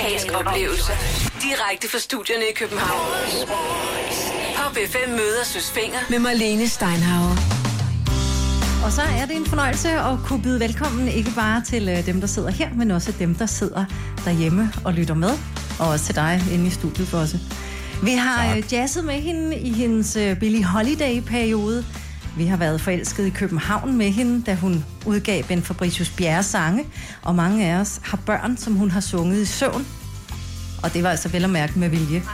musikalsk oplevelse. Direkte fra studierne i København. Pop FM møder Søs Fenger med Marlene Steinhauer. Og så er det en fornøjelse at kunne byde velkommen ikke bare til dem, der sidder her, men også dem, der sidder derhjemme og lytter med. Og også til dig inde i studiet for os. Vi har jazzet med hende i hendes Billie Holiday-periode. Vi har været forelsket i København med hende, da hun udgav Ben Fabricius Bjerres sange. Og mange af os har børn, som hun har sunget i søvn. Og det var altså vel at mærke med vilje.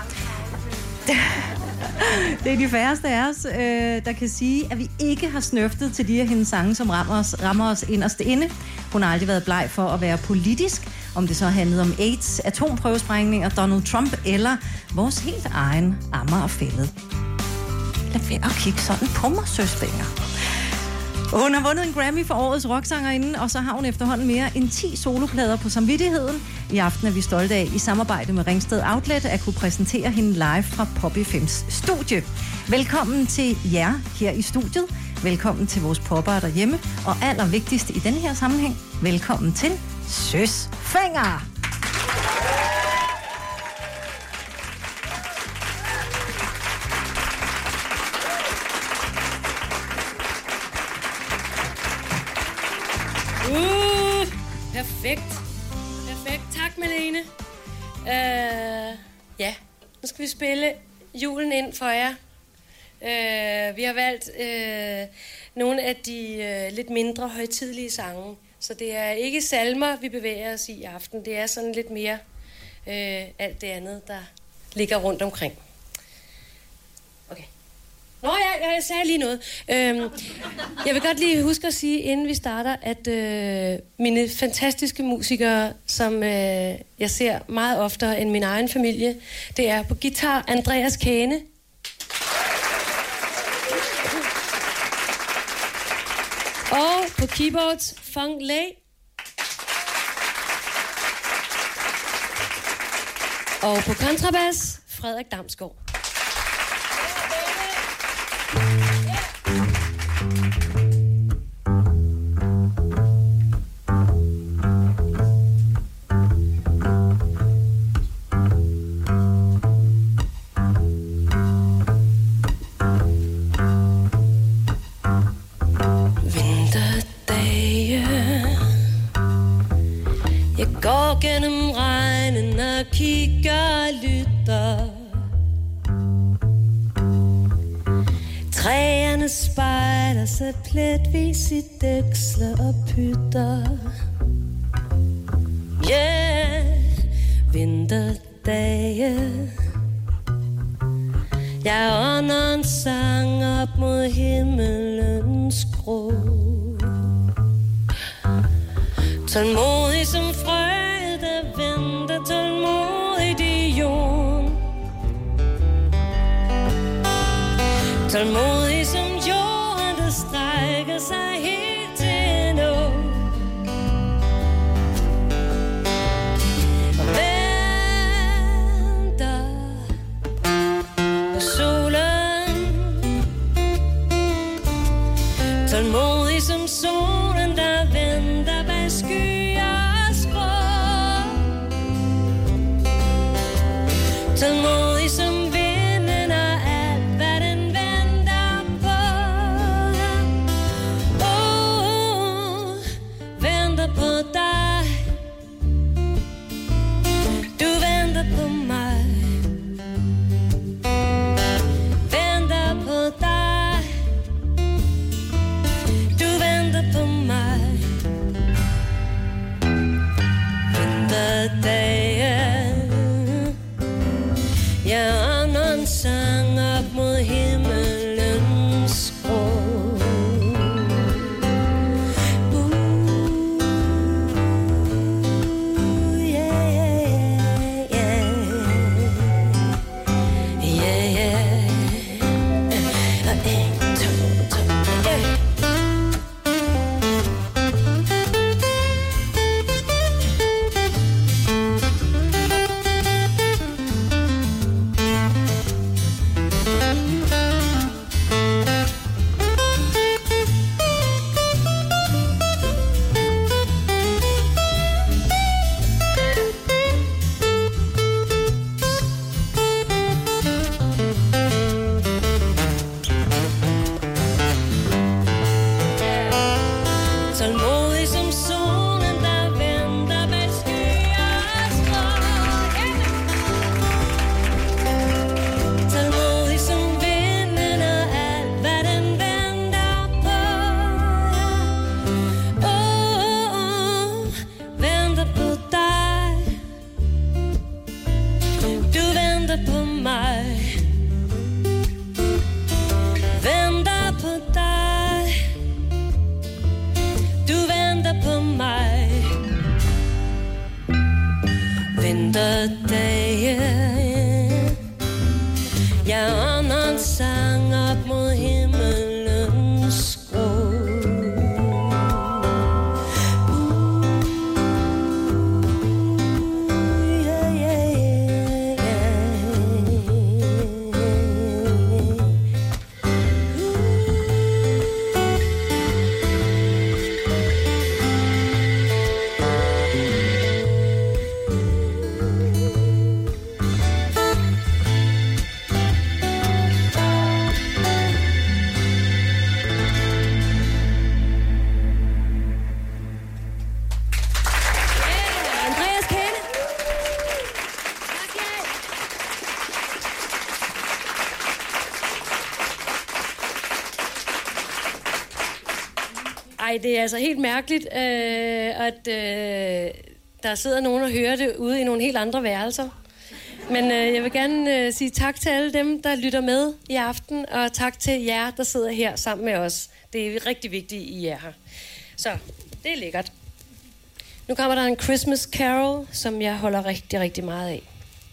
Det er de færreste af os, der kan sige, at vi ikke har snøftet til de af hendes sange, som rammer os inderst inde. Hun har aldrig været bleg for at være politisk, om det så handlede om AIDS, atomprøvesprængninger, Donald Trump eller vores helt egen Amagerfælled. Lad være at kigge sådan på mig, Søs Fenger. Hun har vundet en Grammy for årets rocksangerinde, og så har hun efterhånden mere end 10 soloplader på samvittigheden. I aften er vi stolte af, i samarbejde med Ringsted Outlet, at kunne præsentere hende live fra Pop FM's studie. Velkommen til jer her i studiet. Velkommen til vores poppere derhjemme. Og allervigtigst i denne her sammenhæng, velkommen til Søs Fenger. Perfekt. Tak, Malene. Ja, nu skal vi spille julen ind for jer. Vi har valgt nogle af de lidt mindre højtidelige sange. Så det er ikke salmer, vi bevæger os i aften. Det er sådan lidt mere alt det andet, der ligger rundt omkring. Okay. Nå ja, jeg sagde lige noget. Jeg vil godt lige huske at sige, inden vi starter, at mine fantastiske musikere, som jeg ser meget oftere end min egen familie, det er på guitar Andreas Kane. Og på keyboards Fong Lei. Og på kontrabas Frederik Damsgaard. Gennem regnen og kigger og lytter. Træerne spejler sig pletvis i dæksler og pytter. Yeah, vinterdage. Jeg ånder en sang op mod himmelens grå. Tålmodig som frø, der venter tålmodigt i jorden. Tålmodig som jorden, der strækker sig helt til nå. Og venter på solen. Tålmodig som solen, der venter bag skyer og skrå. Tålmodig som vinden og alt, hvad den venter på. Venter på dig. Du venter på mig. Venter på dig. Du venter på mig. Ej, det er altså helt mærkeligt, at der sidder nogen og hører det ude i nogle helt andre værelser. Men jeg vil gerne sige tak til alle dem, der lytter med i aften, og tak til jer, der sidder her sammen med os. Det er rigtig vigtigt, I er her. Så, det er lækkert. Nu kommer der en Christmas Carol, som jeg holder rigtig, rigtig meget af.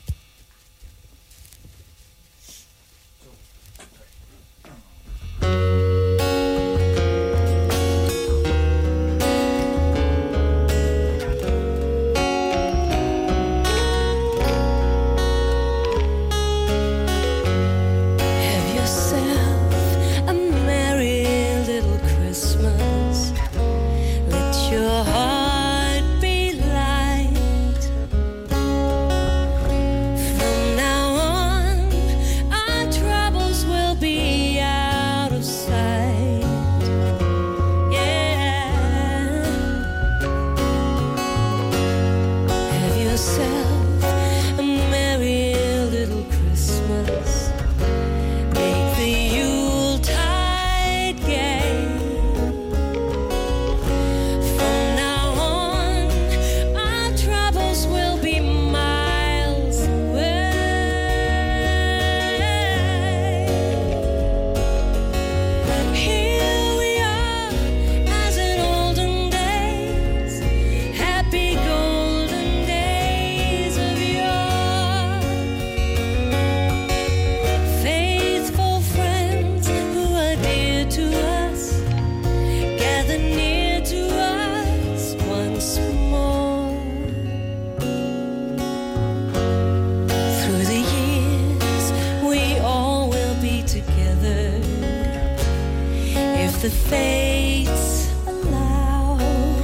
the fates allow.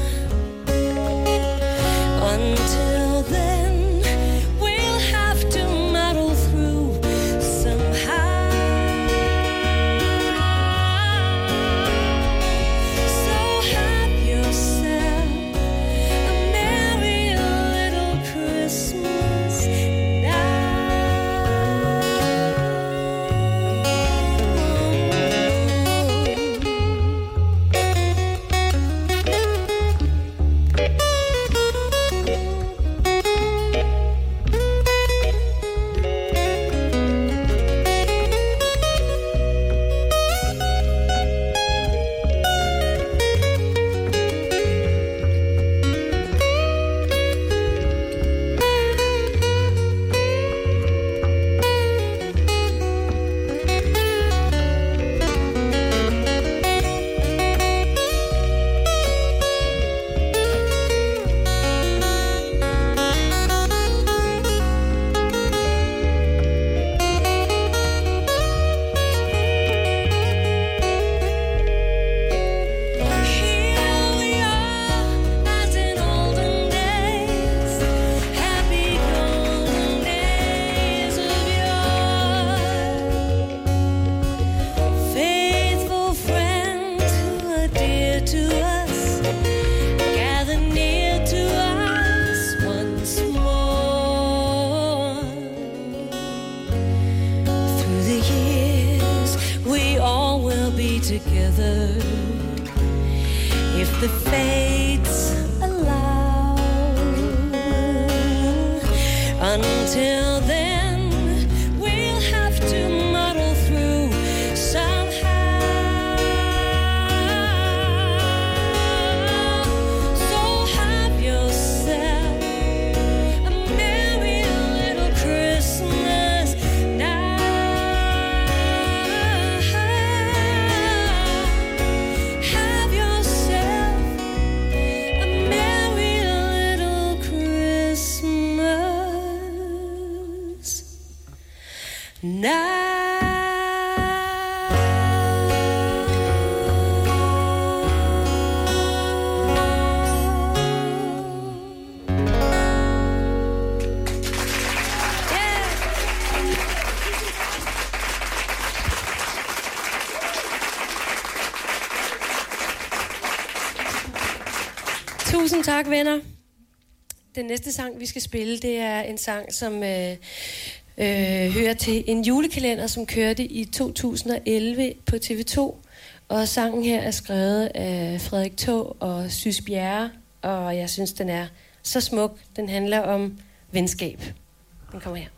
Until then, we'll have to muddle through somehow. So have yourself a merry little Christmas now. Together, if the fates allow. Until then, we'll have to muddle through somehow. So have yourself a merry little Christmas now. Tusind tak, venner. Den næste sang, vi skal spille, det er en sang, som hører til en julekalender, som kørte i 2011 på TV2. Og sangen her er skrevet af Frederik Taag og Sys Bjerre, og jeg synes, den er så smuk. Den handler om venskab. Den kommer her.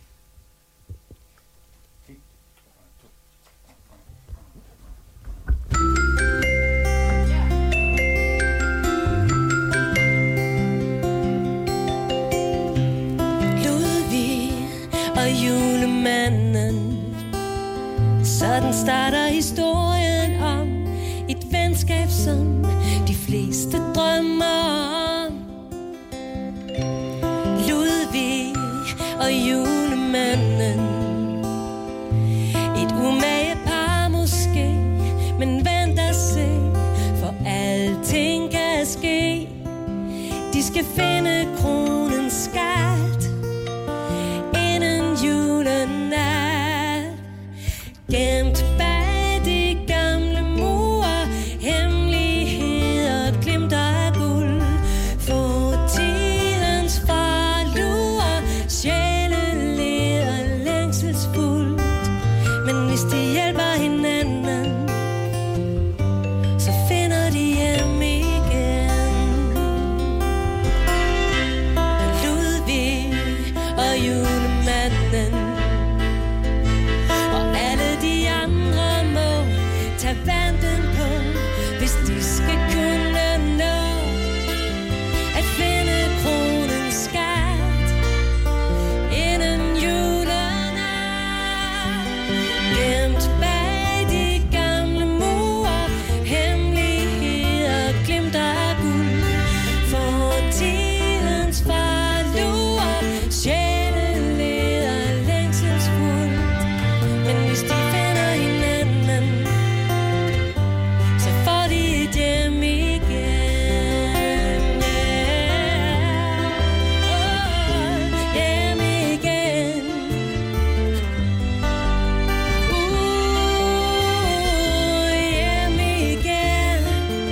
Ludvig og julemanden. Sådan starter historien om et venskab, som de fleste drømmer om. Ludvig og julemanden. Et umage par måske, men vent og se, for alting kan ske. De skal finde kronens skat inden julenat. Gemt bag de gamle mure, hemmeligheder glimter af guld. Få tidens farlure, sjæle leder længselsfuldt. Men hvis de hjælper hinanden, så finder de hjem igen. Ludvig og julemanden, og alle de andre må tage vandet på, hvis de skal kunne nå at finde kronens skat inden julenat. Gemt bag de gamle mure, hemmeligheder glimter af guld. For tidens farlure, sjæle leder længselsfuldt. Men hvis de finder hinanden, så får de et hjem igen. Hjem igen. Hjem igen.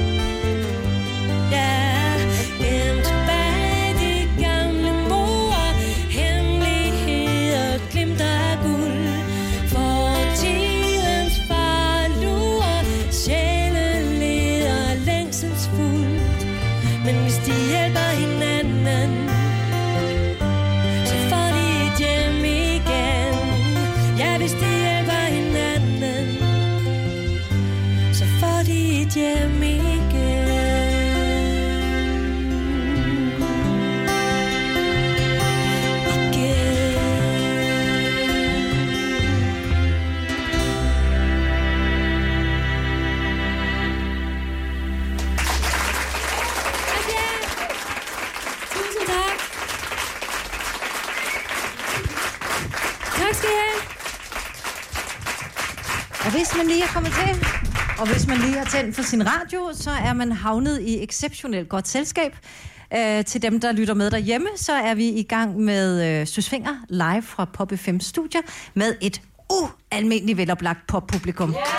Ja, gemt bag de gamle mure, hemmeligheder glimter af guld. For tidens farlure, sjæle leder længselsfuldt. Men hvis de hjælper hinanden, så får de et hjem igen. Ja, hvis de hjælper hinanden, så får de et hjem igen. Tusind tak. Tak skal I have. Og hvis man lige er kommet til, og hvis man lige har tændt for sin radio, så er man havnet i exceptionelt godt selskab. Til dem, der lytter med derhjemme, så er vi i gang med Søs Fenger live fra Pop FM Studio med et ualmindeligt veloplagt poppublikum. Yeah!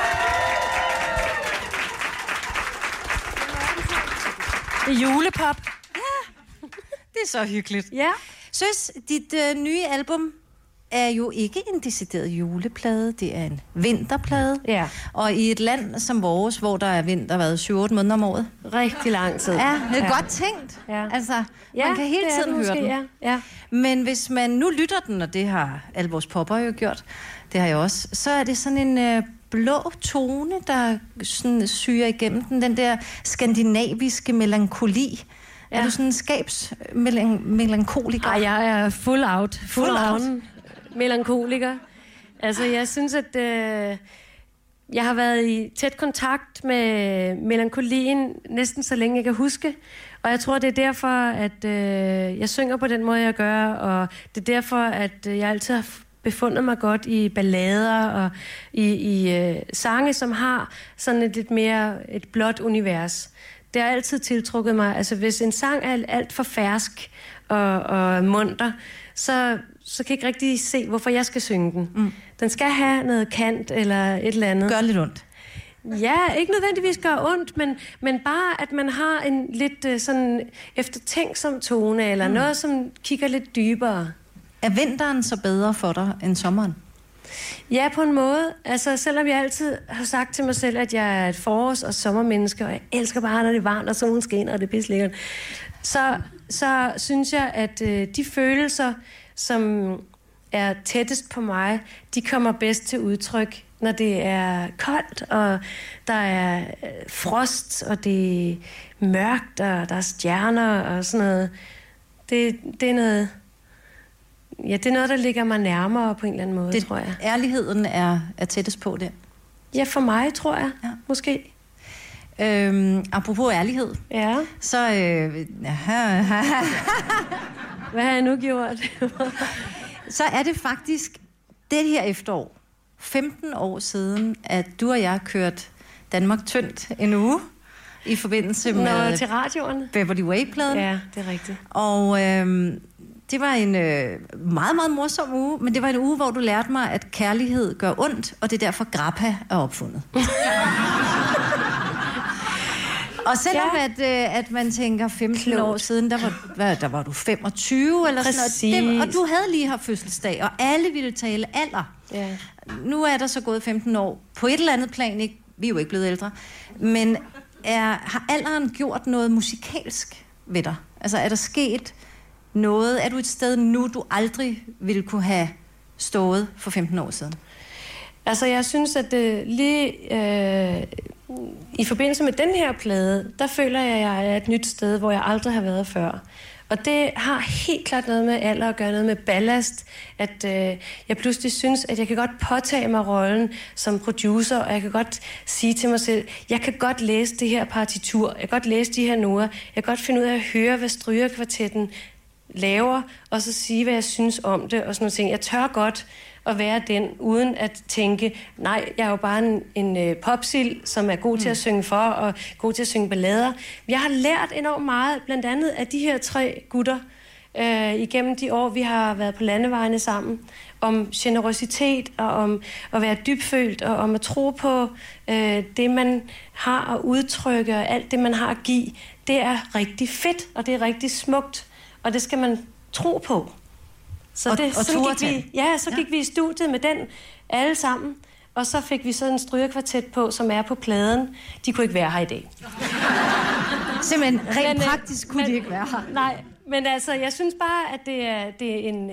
Det er julepop. Ja, det er så hyggeligt. Ja. Søs, dit nye album er jo ikke en decideret juleplade, det er en vinterplade. Ja. Og i et land som vores, hvor der er vinter, 7-8 måneder om året. Rigtig lang tid. Ja, det er godt tænkt. Ja. Altså, man kan hele tiden høre den. Ja. Ja. Men hvis man nu lytter den, og det har alle vores popper jo gjort, det har jeg også, så er det sådan en blå tone, der sådan syrer igennem den der skandinaviske melankoli. Ja. Er du sådan en skabsmelankoliker? Ej, jeg er full out. Full out. Melankoliker. Altså, jeg synes, at jeg har været i tæt kontakt med melankolien næsten så længe jeg kan huske. Og jeg tror, det er derfor, at jeg synger på den måde, jeg gør. Og det er derfor, at jeg altid har befundet mig godt i ballader og i sange, som har sådan et lidt mere et blåt univers. Det har altid tiltrukket mig. Altså, hvis en sang er alt for fersk og munter, så kan jeg ikke rigtig se, hvorfor jeg skal synge den. Mm. Den skal have noget kant eller et eller andet. Gør lidt ondt. Ja, ikke nødvendigvis gør ondt, men bare, at man har en lidt sådan eftertænksom tone, eller noget, som kigger lidt dybere. Er vinteren så bedre for dig end sommeren? Ja, på en måde. Altså, selvom jeg altid har sagt til mig selv, at jeg er et forårs- og sommermenneske, og jeg elsker bare, når det er varmt, og solen skinner, og det er pislækkert, så synes jeg, at de følelser, som er tættest på mig, de kommer bedst til udtryk, når det er koldt, og der er frost, og det er mørkt, og der er stjerner, og sådan noget. Det er noget... Ja, det er noget, der ligger mig nærmere på en eller anden måde, tror jeg. Ærligheden er tættest på det. Ja, for mig, tror jeg. Ja. Måske. Apropos ærlighed. Ja. Så... Hvad har jeg nu gjort? Så er det faktisk det her efterår, 15 år siden, at du og jeg kørte Danmark tyndt en uge i forbindelse med... til radioerne. Beverly Way-pladen. Ja, det er rigtigt. Og det var en meget, meget morsom uge, men det var en uge, hvor du lærte mig, at kærlighed gør ondt, og det er derfor Grappa er opfundet. Og selvom at man tænker 15 år siden, der var du 25 eller sådan noget, og du havde lige haft fødselsdag, og alle ville tale alder. Ja. Nu er der så gået 15 år. På et eller andet plan, ikke? Vi er jo ikke blevet ældre, men har alderen gjort noget musikalsk ved dig? Altså er der sket noget? Er du et sted nu, du aldrig ville kunne have stået for 15 år siden? Altså, jeg synes, at i forbindelse med den her plade, der føler jeg, at jeg er et nyt sted, hvor jeg aldrig har været før. Og det har helt klart noget med alder at gøre, noget med ballast, at jeg pludselig synes, at jeg kan godt påtage mig rollen som producer, og jeg kan godt sige til mig selv, jeg kan godt læse det her partitur, jeg kan godt læse de her noder, jeg kan godt finde ud af at høre, hvad strygerkvartetten laver, og så sige, hvad jeg synes om det, og sådan noget ting. Jeg tør godt at være den, uden at tænke, nej, jeg er jo bare en popsild, som er god til at synge for, og god til at synge ballader. Jeg har lært enormt meget, blandt andet af de her 3 gutter, igennem de år, vi har været på landevejene sammen, om generøsitet, og om at være dybfølt, og om at tro på det, man har at udtrykke, og alt det, man har at give. Det er rigtig fedt, og det er rigtig smukt, og det skal man tro på. Så gik vi i studiet med den alle sammen, og så fik vi så en strygerkvartet på, som er på pladen. De kunne ikke være her i dag. Simpelthen rent praktisk kunne de ikke være her. Nej, men altså, jeg synes bare, at det er en...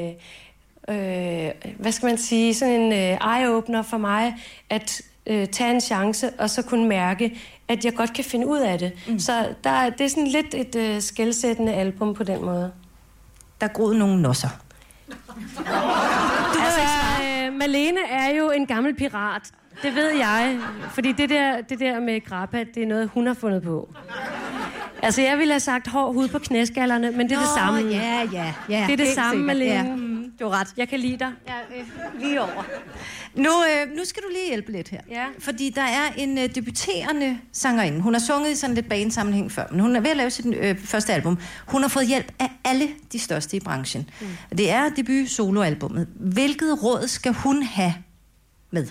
hvad skal man sige? Sådan en eye-opener for mig, at tage en chance, og så kunne mærke, at jeg godt kan finde ud af det. Så det er sådan lidt et skelsættende album på den måde. Der groede nogle nosser. Malene er jo en gammel pirat. Det ved jeg. Fordi det der med Grappa, det er noget, hun har fundet på. Altså, jeg ville have sagt hård hud på knæskallerne, men det er det samme. Ja. Det er det samme, Malene. Ja. Du er ret. Jeg kan lide dig. Ja, lige over. Nu skal du lige hjælpe lidt her. Ja. Fordi der er en debuterende sangerinde. Hun har sunget i sådan lidt bandsammenhæng før, men hun er ved at lave sit første album. Hun har fået hjælp af alle de største i branchen. Det er debut soloalbummet. Hvilket råd skal hun have med?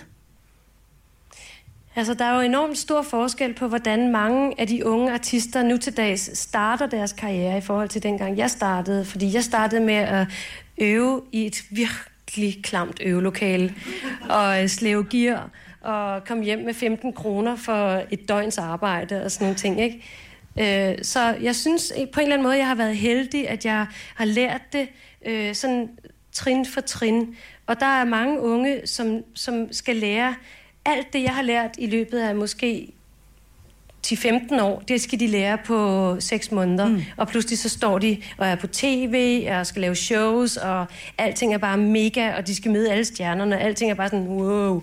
Altså, der er jo enormt stor forskel på, hvordan mange af de unge artister nu til dags starter deres karriere i forhold til dengang jeg startede. Fordi jeg startede med at øve i et virkelig klamt øvelokale og slæve gear og komme hjem med 15 kroner for et døgns arbejde og sådan nogle ting, ikke? Så jeg synes på en eller anden måde, jeg har været heldig, at jeg har lært det sådan trin for trin. Og der er mange unge, som skal lære alt det, jeg har lært i løbet af måske 10-15 år, det skal de lære på 6 måneder. Og pludselig så står de og er på tv og skal lave shows, og alting er bare mega, og de skal møde alle stjernerne, og alting er bare sådan, wow.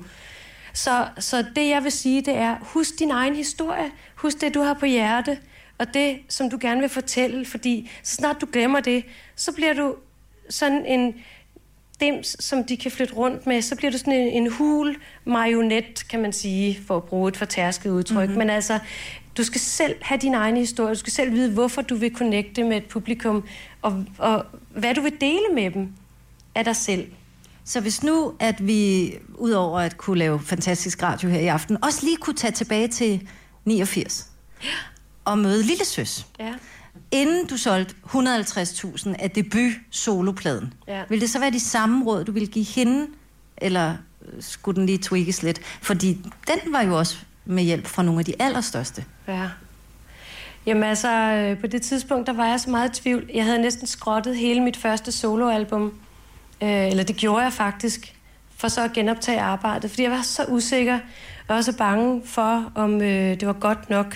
Så det, jeg vil sige, det er, husk din egen historie. Husk det, du har på hjerte, og det, som du gerne vil fortælle, fordi så snart du glemmer det, så bliver du sådan en dims, som de kan flytte rundt med, så bliver du sådan en hul marionet, kan man sige, for at bruge et fortærsket udtryk. Men altså, du skal selv have din egen historie, du skal selv vide, hvorfor du vil connecte med et publikum, og hvad du vil dele med dem af dig selv. Så hvis nu, at vi, udover at kunne lave fantastisk radio her i aften, også lige kunne tage tilbage til 89 og møde Lille Søs. Ja. Inden du solgte 150.000 af debut solopladen, ja. Vil det så være de samme råd, du ville give hende, eller skulle den lige tweakes lidt. Fordi den var jo også med hjælp fra nogle af de allerstørste. Ja. Jamen altså, på det tidspunkt, der var jeg så meget i tvivl. Jeg havde næsten skrottet hele mit første soloalbum. Eller det gjorde jeg faktisk, for så at genoptage arbejdet. Fordi jeg var så usikker, og også bange for, om det var godt nok.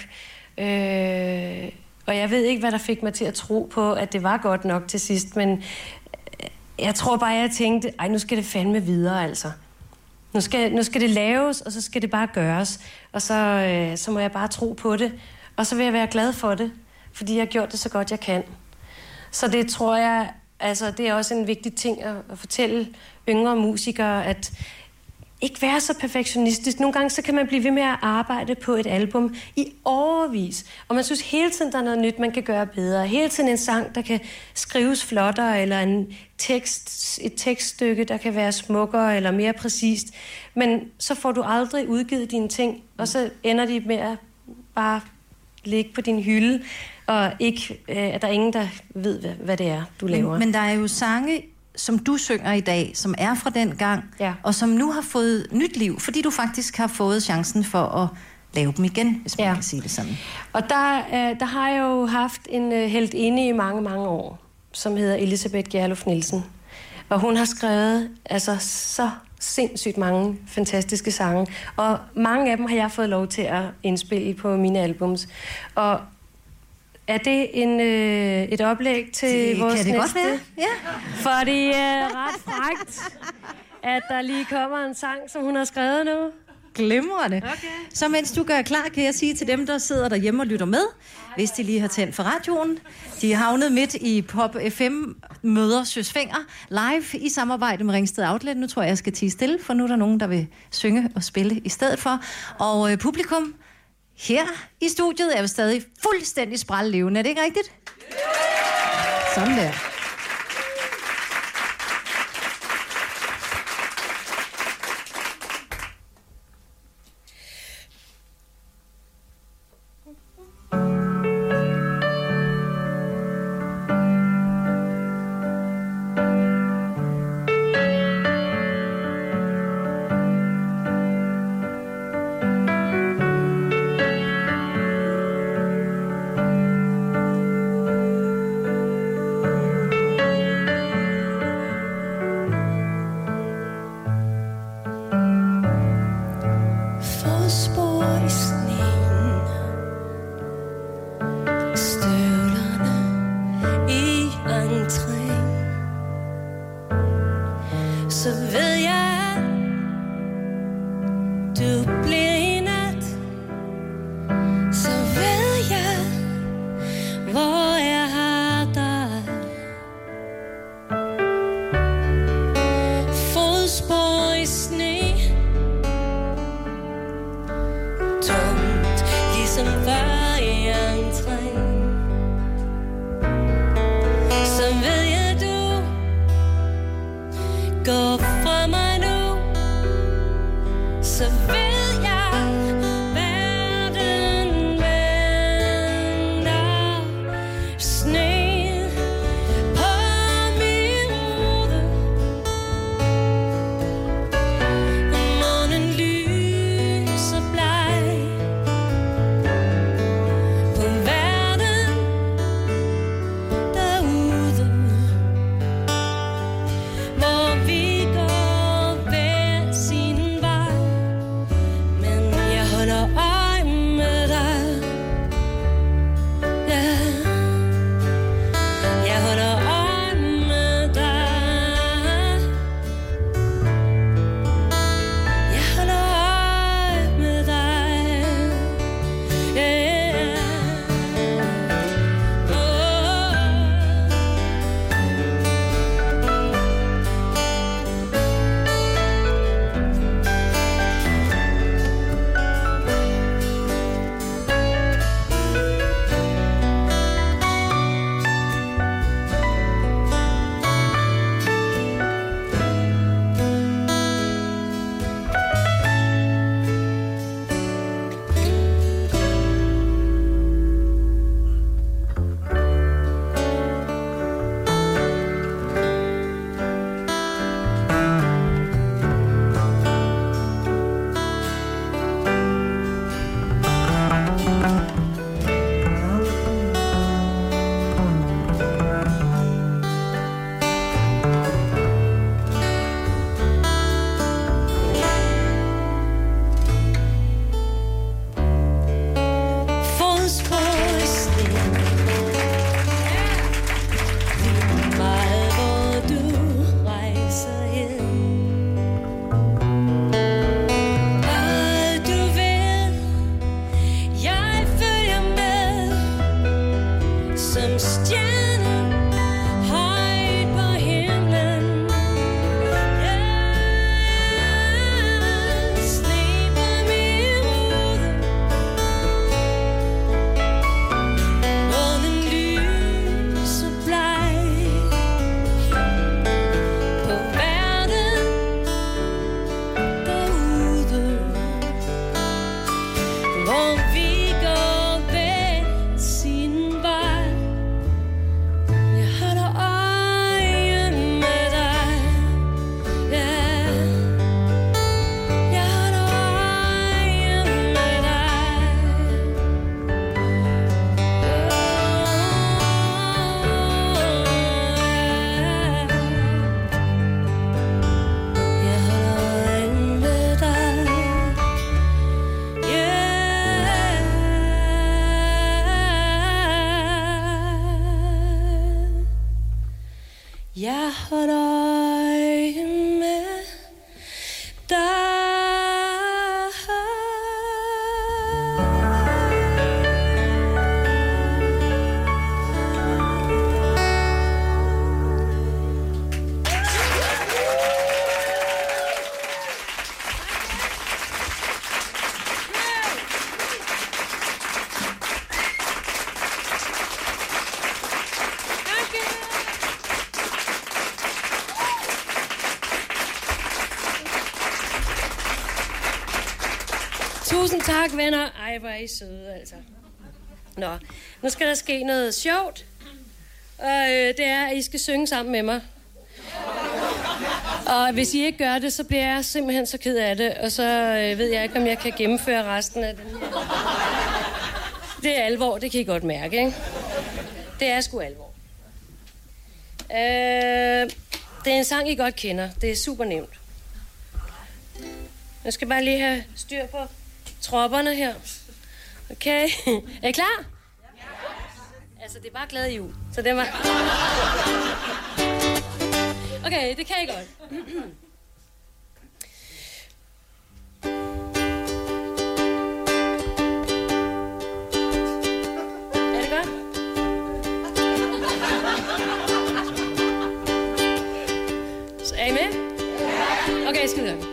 Og jeg ved ikke, hvad der fik mig til at tro på, at det var godt nok til sidst. Men jeg tror bare, jeg tænkte, nu skal det fandme videre, altså. Nu skal det laves, og så skal det bare gøres. Og så må jeg bare tro på det. Og så vil jeg være glad for det, fordi jeg har gjort det så godt, jeg kan. Så det tror jeg, altså det er også en vigtig ting at fortælle yngre musikere, at ikke være så perfektionistisk. Nogle gange så kan man blive ved med at arbejde på et album i årevis. Og man synes hele tiden, der er noget nyt, man kan gøre bedre. Hele tiden en sang, der kan skrives flottere, eller et tekststykke, der kan være smukkere eller mere præcist. Men så får du aldrig udgivet dine ting, og så ender de med at bare ligge på din hylde, og ikke, at der er ingen, der ved, hvad det er, du laver. Men der er jo sange, som du synger i dag, som er fra den gang, og som nu har fået nyt liv, fordi du faktisk har fået chancen for at lave dem igen, hvis man kan sige det sådan. Og der har jeg jo haft en heltinde i mange, mange år, som hedder Elisabeth Gjerluf Nielsen. Og hun har skrevet altså så sindssygt mange fantastiske sange. Og mange af dem har jeg fået lov til at indspille på mine albums. Og er det et oplæg til vores næste? Kan det godt være? Ja. For det er ret frækt, at der lige kommer en sang, som hun har skrevet nu. Glimrende. Okay. Så mens du gør klar, kan jeg sige til dem, der sidder derhjemme og lytter med, hvis de lige har tændt for radioen. De er havnet midt i Pop FM møder Søs Fenger live i samarbejde med Ringsted Outlet. Nu tror jeg skal tie stille, for nu er der nogen, der vil synge og spille i stedet for. Og publikum her i studiet er jo stadig fuldstændig sprællevende. Er det ikke rigtigt? Sådan der. Jeg holdt øje med dig. Tusind tak, venner. Ej, hvor er I søde, altså. Nå, nu skal der ske noget sjovt. Og det er, at I skal synge sammen med mig. Og hvis I ikke gør det, så bliver jeg simpelthen så ked af det. Og så ved jeg ikke, om jeg kan gennemføre resten af den her. Det er alvor, det kan I godt mærke, ikke? Det er sgu alvor. Det er en sang, I godt kender. Det er super nemt. Jeg skal bare lige have styr på tropperne her. Okay. Er I klar? Ja. Altså, det er bare glad jul. Så det var... Okay, det kan I godt. Er det godt? Så er I med? Okay, skide godt.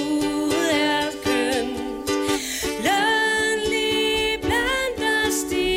Lonely blandt os de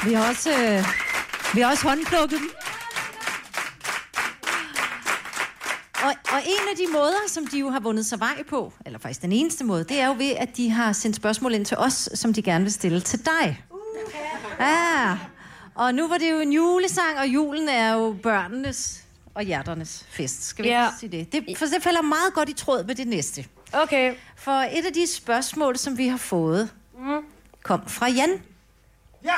Vi har også håndplukket dem. Og en af de måder, som de jo har vundet sig vej på, eller faktisk den eneste måde, det er jo ved, at de har sendt spørgsmål ind til os, som de gerne vil stille til dig. Ja. Og nu var det jo en julesang, og julen er jo børnenes og hjerternes fest. Skal vi ikke sige det? For det falder meget godt i tråd med det næste. Okay. For et af de spørgsmål, som vi har fået, kom fra Jan. Ja!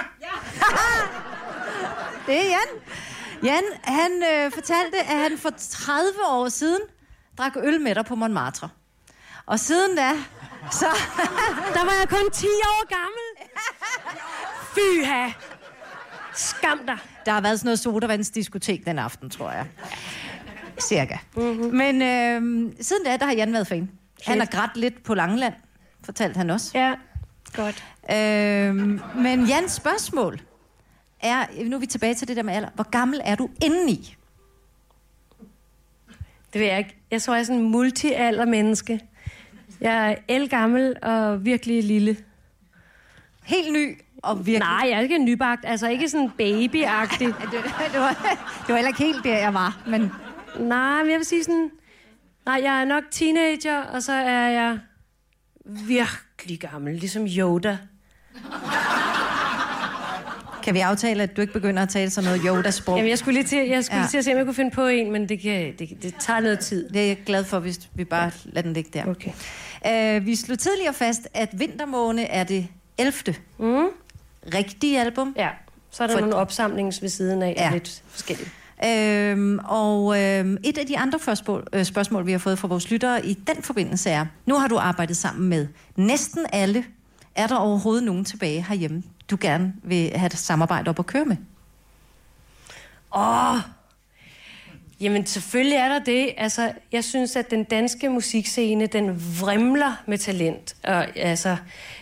Det er Jan. Jan, han fortalte, at han for 30 år siden drak øl med dig på Montmartre. Og siden da, så... Der var jeg kun 10 år gammel. Fyha. Skam dig. Der har været sådan noget sodavandsdiskotek den aften, tror jeg. Cirka. Mm-hmm. Men siden da, der har Jan været fan. Han har grædt lidt på Langeland, fortalte han også. Ja, godt. Men Jans spørgsmål er, nu er vi tilbage til det der med alder. Hvor gammel er du indeni? Det ved jeg ikke. Jeg tror, jeg er sådan en multi-alder-menneske. Jeg er ældgammel og virkelig lille. Helt ny og virkelig... Nej, jeg er ikke nybagt. Altså ikke sådan baby-agtig. det var heller ikke helt der, jeg var, men... Nej, men jeg vil sige sådan... Nej, jeg er nok teenager, og så er jeg virkelig gammel. Ligesom Yoda. Kan vi aftale, at du ikke begynder at tale sådan noget Yoda-sprog? Jamen, jeg skulle lige til at se, om jeg kunne finde på en, men det tager noget tid. Det er jeg glad for, hvis vi bare lader den ligge der. Okay. Vi slog tidligere fast, at Vintermåne er det 11. Rigtige album. Ja, så er der nogle opsamlings ved siden af, lidt forskelligt. Et af de andre spørgsmål, vi har fået fra vores lyttere i den forbindelse er, nu har du arbejdet sammen med næsten alle. Er der overhovedet nogen tilbage herhjemme, du gerne vil have et samarbejde op at køre med? Jamen, selvfølgelig er der det. Altså, jeg synes, at den danske musikscene, den vrimler med talent. Og altså,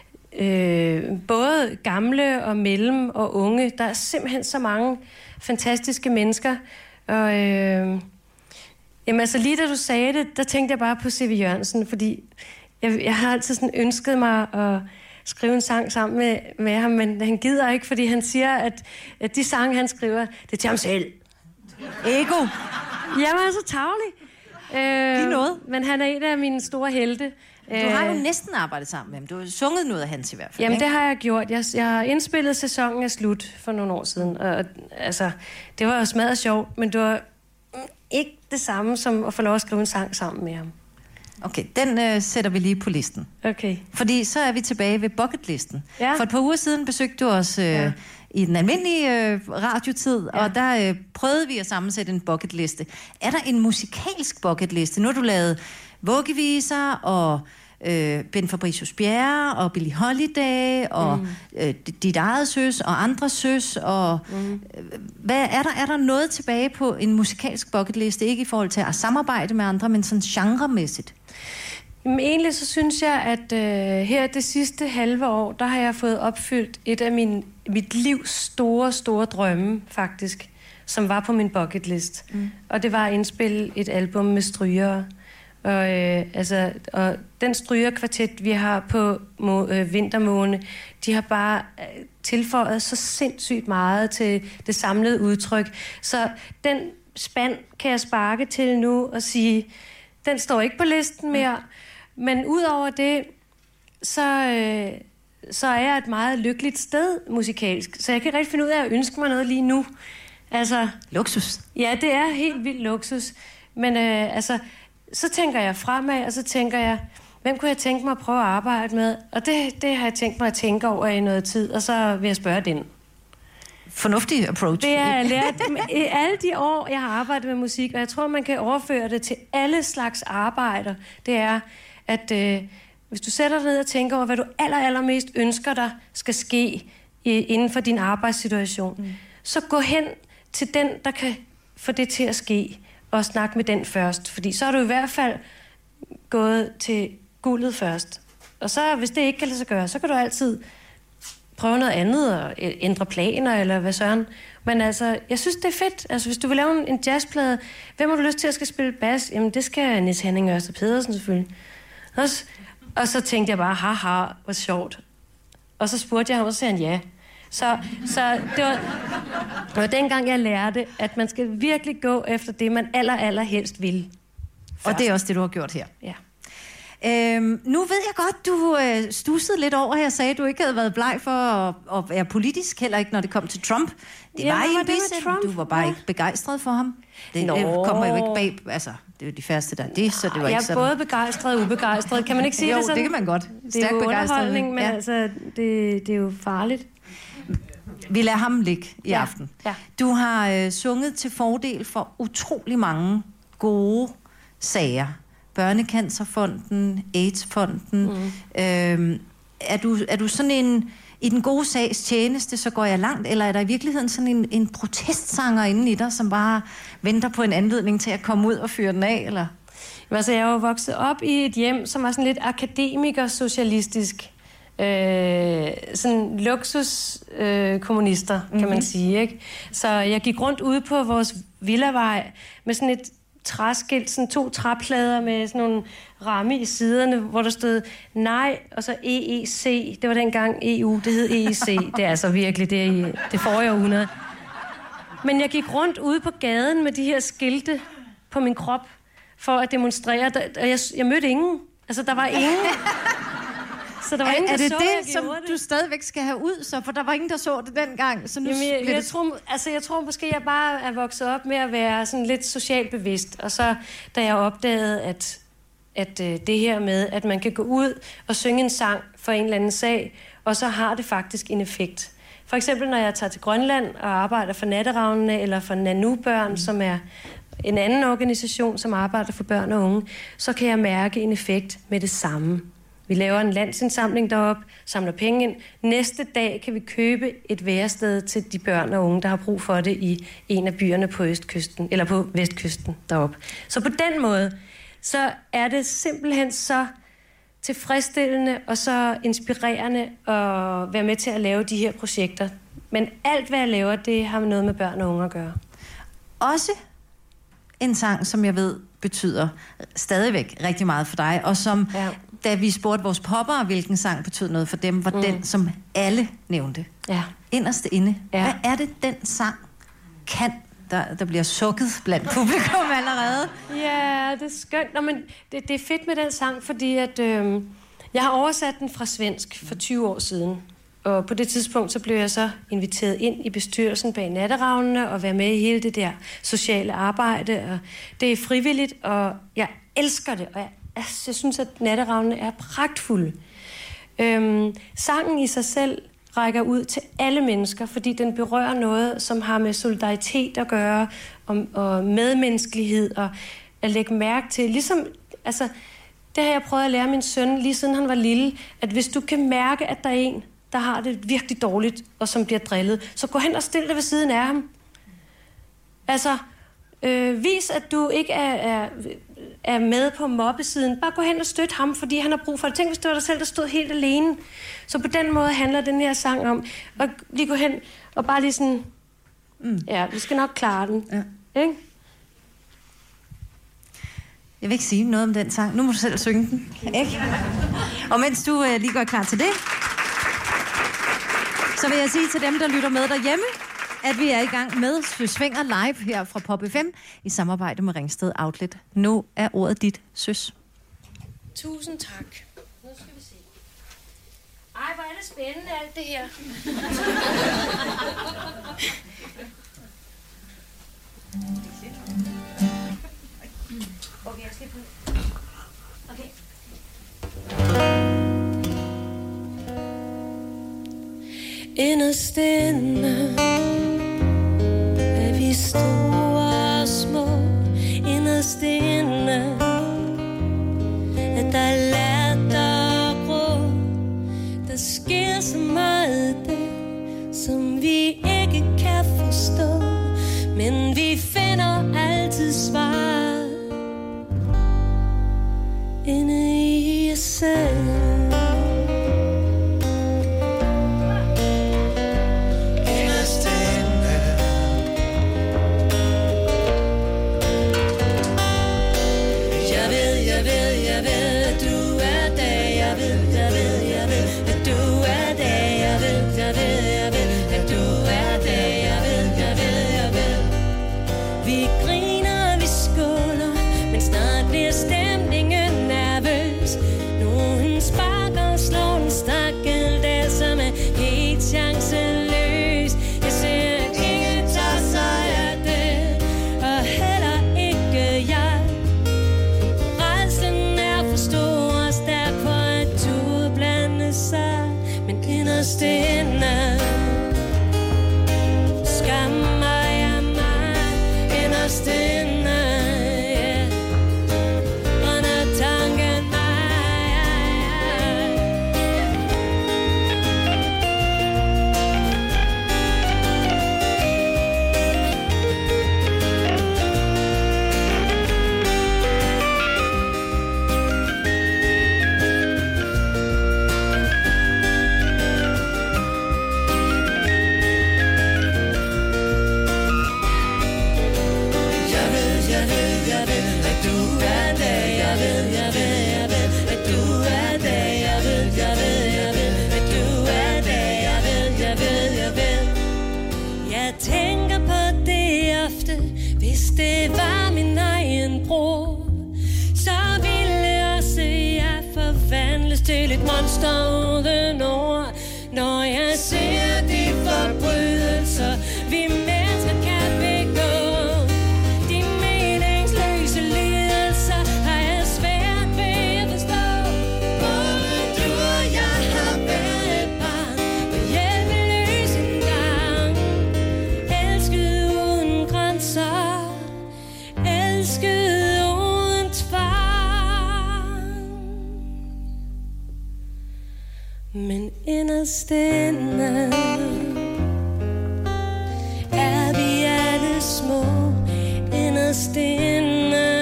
både gamle og mellem og unge, der er simpelthen så mange fantastiske mennesker. Og jamen, altså, lige da du sagde det, der tænkte jeg bare på C.V. Jørgensen, fordi jeg har altid sådan ønsket mig at skrive en sang sammen med ham, men han gider ikke, fordi han siger, at de sange, han skriver, det er til ham selv. Ego. Jamen, altså tavlig. noget. Men han er en af mine store helte. Du har jo næsten arbejdet sammen med ham. Du har sunget noget af hans i hvert fald. Jamen, ikke? det har jeg gjort. Jeg har indspillet Sæsonen er slut for nogle år siden. Og altså, det var jo smadret sjovt, men det var ikke det samme som at få lov at skrive en sang sammen med ham. Okay, den sætter vi lige på listen. Okay. Fordi så er vi tilbage ved bucketlisten. Ja. For et par uger siden besøgte du os i den almindelige radiotid, og der prøvede vi at sammensætte en bucketliste. Er der en musikalsk bucketliste? Nu har du lavet vuggeviser og Ben Fabricius Bjerre og Billie Holiday og dit eget søs og andres søs og hvad er der noget tilbage på en musikalsk bucketliste, ikke i forhold til at samarbejde med andre, men sådan genremæssigt? Jamen, egentlig så synes jeg, at her det sidste halve år, der har jeg fået opfyldt et af mit livs store drømme, faktisk, som var på min bucketlist. Og det var at indspille et album med strygere. Og den strygerkvartet, vi har på Vintermåne, de har bare tilføjet så sindssygt meget til det samlede udtryk. Så den spand kan jeg sparke til nu og sige, den står ikke på listen mere. Men udover det, så er jeg et meget lykkeligt sted musikalsk. Så jeg kan rigtig finde ud af at ønske mig noget lige nu. Altså, luksus. Ja, det er helt vildt luksus. Men så tænker jeg fremad, og så tænker jeg, hvem kunne jeg tænke mig at prøve at arbejde med? Og det har jeg tænkt mig at tænke over i noget tid, og så vil jeg spørge den. Fornuftig approach. Det har jeg lært i alle de år, jeg har arbejdet med musik, og jeg tror, man kan overføre det til alle slags arbejder. Det er, at hvis du sætter dig ned og tænker over, hvad du allermest ønsker dig skal ske inden for din arbejdssituation, så gå hen til den, der kan få det til at ske, og snak med den først. Fordi så er du i hvert fald gået til guldet først. Og så, hvis det ikke kan lade sig gøre, så kan du altid prøve noget andet og ændre planer, eller hvad søren. Men altså, jeg synes, det er fedt. Altså, hvis du vil lave en jazzplade, hvem har du lyst til at skal spille bas? Jamen, det skal Niels Henning Ørsted Pedersen selvfølgelig. Og så tænkte jeg bare, haha, hvor sjovt. Og så spurgte jeg ham, og så sagde han ja. Så det var dengang, jeg lærte, at man skal virkelig gå efter det, man allerhelst vil. Først. Og det er også det, du har gjort her. Ja. Nu ved jeg godt, du stussede lidt over, jeg sagde, at du ikke havde været bleg for at være politisk, heller ikke når det kom til Trump. Det var en bisætning. Du var bare ikke begejstret for ham. Det kommer jo ikke bag, altså, det er jo de færreste, der er det, så det var ikke sådan. Jeg er både begejstret og ubegejstret. Kan man ikke sige jo, det sådan? det kan man godt. Det er jo underholdning, men altså, det er jo farligt. Vi lader ham ligge i aften. Ja. Du har sunget til fordel for utrolig mange gode sager. Børnecancerfonden, AIDS-fonden. Er du sådan en, i den gode sags tjeneste, så går jeg langt, eller er der i virkeligheden sådan en protestsanger inde i dig, som bare venter på en anledning til at komme ud og fyre den af, eller? Altså, jeg er jo vokset op i et hjem, som var sådan lidt akademikersocialistisk. Sådan luksuskommunister, kan man sige, ikke? Så jeg gik rundt ude på vores villavej med sådan et træskilt, sådan 2 træplader med sådan nogle ramme i siderne, hvor der stod nej, og så EEC. Det var dengang EU, det hed EEC. Det er altså virkelig det forrige århundrede. Men jeg gik rundt ude på gaden med de her skilte på min krop for at demonstrere, og jeg mødte ingen. Altså, der var ingen. Så der var ingen, der det så, det, som du stadigvæk skal have ud, så? For der var ingen, der så det dengang. Så nu jeg tror måske, jeg bare er vokset op med at være sådan lidt socialt bevidst. Og så, da jeg opdagede, at det her med, at man kan gå ud og synge en sang for en eller anden sag, og så har det faktisk en effekt. For eksempel, når jeg tager til Grønland og arbejder for Natteravnene, eller for Nanu-børn, som er en anden organisation, som arbejder for børn og unge, så kan jeg mærke en effekt med det samme. Vi laver en landsindsamling deroppe, samler penge ind. Næste dag kan vi købe et værested til de børn og unge, der har brug for det i en af byerne på østkysten, eller på vestkysten deroppe. Så på den måde, så er det simpelthen så tilfredsstillende og så inspirerende at være med til at lave de her projekter. Men alt, hvad jeg laver, det har noget med børn og unge at gøre. Også en sang, som jeg ved betyder stadigvæk rigtig meget for dig, og som, da vi spurgte vores poppere, hvilken sang betød noget for dem, var den, som alle nævnte. Ja. Inderst inde. Ja. Hvad er det, den sang kan, der bliver sukket blandt publikum allerede? Ja, det er skønt. Nå, men det er fedt med den sang, fordi at, jeg har oversat den fra svensk for 20 år siden. Og på det tidspunkt, så blev jeg så inviteret ind i bestyrelsen bag Natteravnene og være med i hele det der sociale arbejde. Og det er frivilligt, og jeg elsker det. Og jeg synes, at Natteravnene er pragtfulde. Sangen i sig selv rækker ud til alle mennesker, fordi den berører noget, som har med solidaritet at gøre, og medmenneskelighed, og at lægge mærke til. Ligesom, altså, det har jeg prøvet at lære min søn, lige siden han var lille, at hvis du kan mærke, at der er en, der har det virkelig dårligt, og som bliver drillet, så gå hen og stil dig ved siden af ham. Altså, vis, at du ikke er med på mobbesiden. Bare gå hen og støt ham, fordi han har brug for det. Tænk, hvis det var dig selv, der stod helt alene. Så på den måde handler den her sang om at lige gå hen og bare lige sådan... Ja, vi skal nok klare den. Ja. Ikke? Jeg vil ikke sige noget om den sang. Nu må du selv synge den. Ikke? Og mens du lige går klar til det, så vil jeg sige til dem, der lytter med derhjemme, at vi er i gang med Søs Fenger live her fra Pop FM i samarbejde med Ringsted Outlet. Nu er ordet dit, Søs. Tusind tak. Nu skal vi se. Ej, hvor er det spændende alt det her. Okay, jeg skal på. Okay. Inderst inde er vi store og små. Inderst inde er der latter og grå. Der sker så meget det, som vi ikke kan forstå. Men vi finder altid svar inde i os selv. monster udenover. Når jeg ser de forbrydelser, vi mennesker kan begå, de meningsløse lidelser, har jeg svært ved at forstå. Både du og jeg har været et barn, og hjælpeløs engang. Elsket uden grænser, elsket uden tvang. Men inderst inde er vi alle små. Inderst inde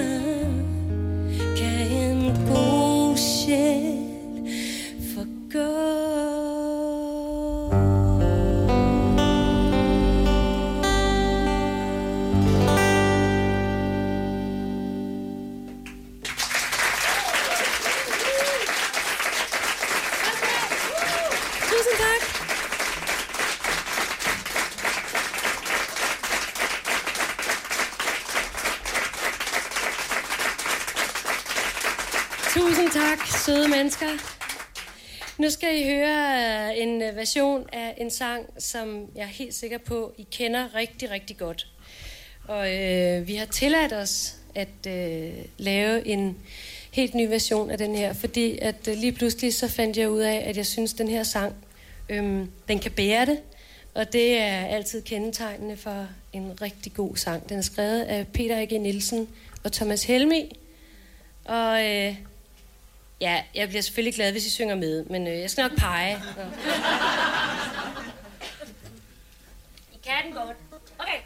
kan en god sjæl forgå. Tusind tak. Tusind tak, søde mennesker. Nu skal I høre en version af en sang, som jeg er helt sikker på, I kender rigtig, rigtig godt. Og vi har tilladt os at lave en helt ny version af den her, fordi at lige pludselig så fandt jeg ud af, at jeg synes, den her sang, den kan bære det. Og det er altid kendetegnende for en rigtig god sang. Den er skrevet af Peter A.G. Nielsen og Thomas Helmig. Og ja, jeg bliver selvfølgelig glad, hvis I synger med, men jeg skal nok pege. I kan den godt. Okay.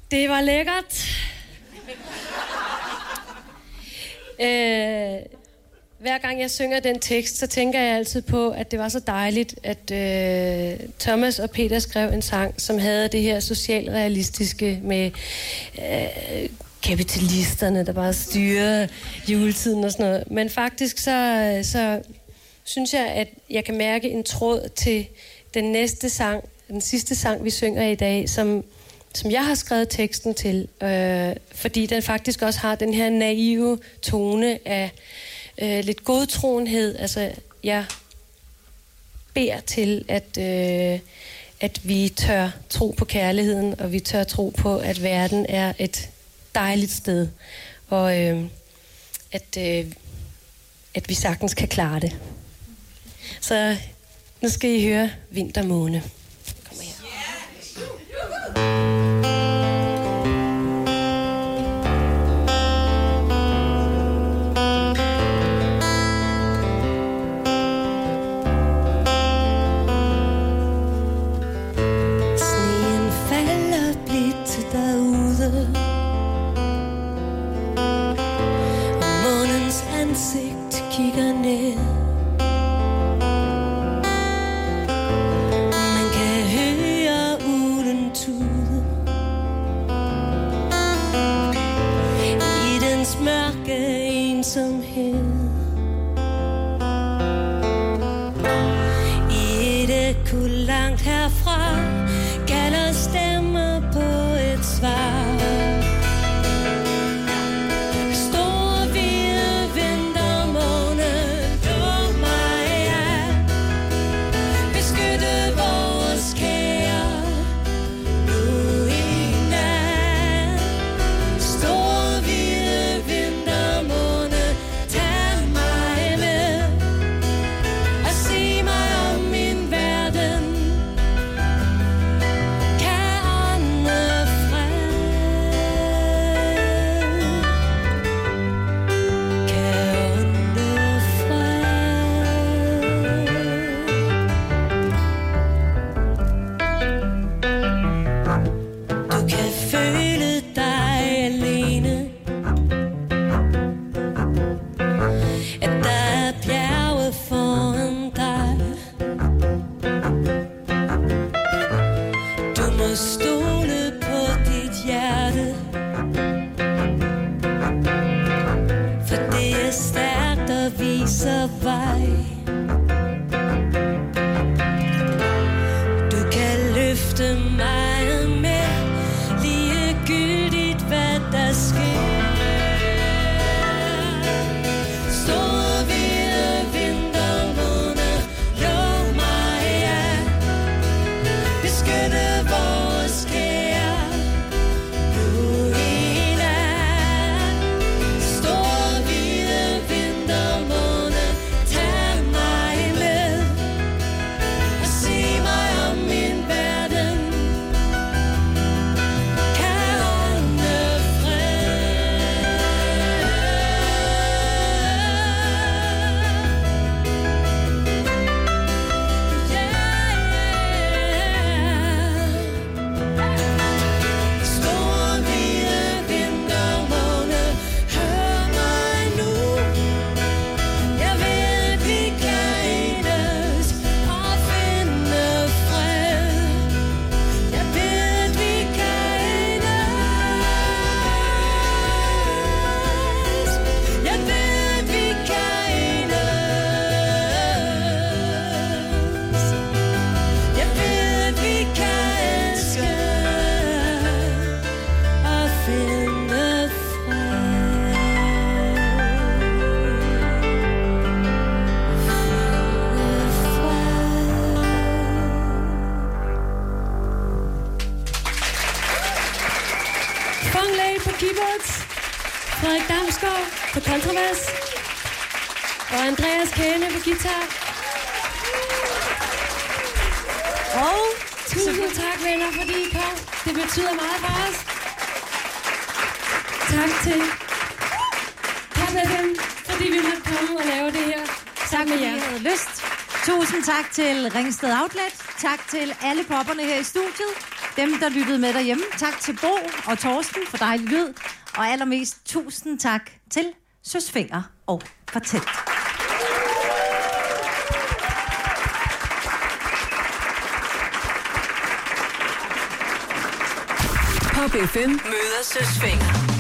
Det var lækkert. Hver gang jeg synger den tekst, så tænker jeg altid på, at det var så dejligt, at Thomas og Peter skrev en sang, som havde det her socialrealistiske med kapitalisterne, der bare styrer juletiden og sådan noget. Men faktisk så synes jeg, at jeg kan mærke en tråd til den næste sang, den sidste sang, vi synger i dag, som jeg har skrevet teksten til, fordi den faktisk også har den her naive tone af lidt godtroenhed. Altså, jeg beder til, at vi tør tro på kærligheden, og vi tør tro på, at verden er et dejligt sted, og at vi sagtens kan klare det. Så nu skal I høre Vintermåne. Kom her. Sneen falder blidt derude, og månens ansigt kigger ned. Man kan høre uglen tude i dens mørke ensomhed. I et ekko langt herfra kalder stemmer på et svar. Store hvide vintermåne, luk mig af, beskytte vores kære nu i nat. Store hvide vintermåne, tag mig med og sig mig om min verden. Kan ånde fred, kan ånde fred. Du kan føle dig alene, at der er bjerge foran dig. Du må stole på dit hjerte, for det er stærkt og viser vej. Du kan løfte mig med, ligegyldigt hvad der sker. Store hvide vintermåne, luk mig af, beskytte vores kære nu i nat. Store hvide vintermåne, tag mig med og sig mig om min verden. Kan ånde fred. Store hvide vintermåne, hør mig nu. Jeg ved, vi kan enes og finde fred. Jeg ved, vi kan enes. Jeg ved, vi kan enes. Jeg ved, vi kan elske og finde fred. Fong Lay på keyboards, Frederik Damsgaard på kontrabas og Andreas Kane på guitar. Og tusind tak, venner, fordi I kom. Det betyder meget for os. Tak til Pop FM, fordi vi måtte komme og lave det her sammen med jer. I havde lyst. Tusind tak til Ringsted Outlet. Tak til alle popperne her i studiet. Dem, der lyttede med derhjemme. Tak til Bo og Torsten for dejlig lyd. Og allermest tusind tak til Søs Fenger og Kvartet. Pop FM møder Søs Fenger.